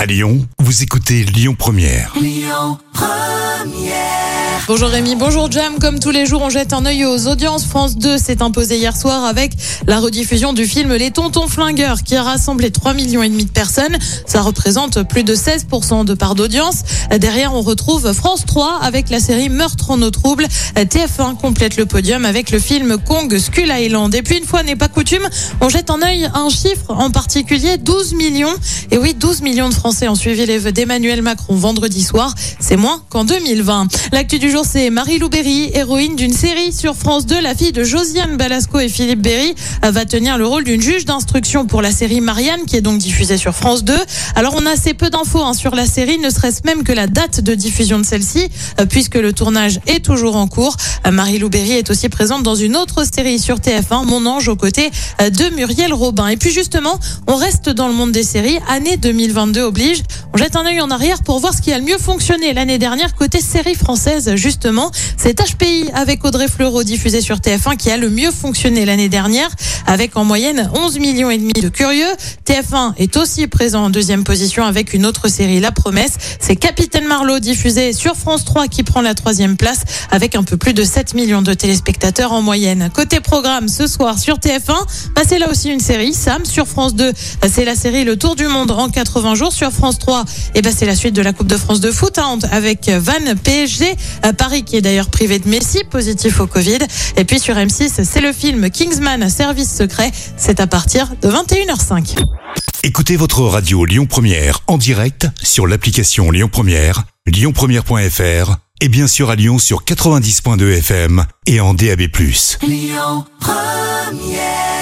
À Lyon, vous écoutez Lyon Première. Lyon Première. Bonjour Rémi, bonjour Jam. Comme tous les jours, on jette un œil aux audiences. France 2 s'est imposé hier soir avec la rediffusion du film Les Tontons Flingueurs qui a rassemblé 3,5 millions de personnes. Ça représente plus de 16% de part d'audience. Derrière, on retrouve France 3 avec la série Meurtre en eau trouble. TF1 complète le podium avec le film Kong Skull Island. Et puis, une fois n'est pas coutume, on jette un œil à un chiffre en particulier, 12 millions. Et oui, 12 millions de Français ont suivi les vœux d'Emmanuel Macron vendredi soir. C'est moins qu'en 2020. L'actu du jour, c'est Marie-Lou Berry, héroïne d'une série sur France 2. La fille de Josiane Balasco et Philippe Berry va tenir le rôle d'une juge d'instruction pour la série Marianne, qui est donc diffusée sur France 2. Alors, on a assez peu d'infos sur la série, ne serait-ce même que la date de diffusion de celle-ci, puisque le tournage est toujours en cours. Marie-Lou Berry est aussi présente dans une autre série sur TF1, Mon Ange, aux côtés de Muriel Robin. Et puis justement, on reste dans le monde des séries. Année 2022 oblige. On jette un œil en arrière pour voir ce qui a le mieux fonctionné l'année dernière côté séries françaises. Justement, c'est HPI avec Audrey Fleurot diffusé sur TF1 qui a le mieux fonctionné l'année dernière, avec en moyenne 11,5 millions de curieux. TF1 est aussi présent en deuxième position avec une autre série, La Promesse. C'est Capitaine Marlowe diffusé sur France 3 qui prend la troisième place avec un peu plus de 7 millions de téléspectateurs en moyenne. Côté programme, ce soir sur TF1, c'est là aussi une série, Sam. Sur France 2, c'est la série Le Tour du Monde en 80 jours. Sur France 3, c'est la suite de la Coupe de France de foot avec Vannes PSG. Paris qui est d'ailleurs privé de Messi, positif au Covid. Et puis sur M6, c'est le film Kingsman, Service secret. C'est à partir de 21h05. Écoutez votre radio Lyon Première en direct sur l'application Lyon Première, lyonpremière.fr et bien sûr à Lyon sur 90.2 FM et en DAB+. Lyon Première.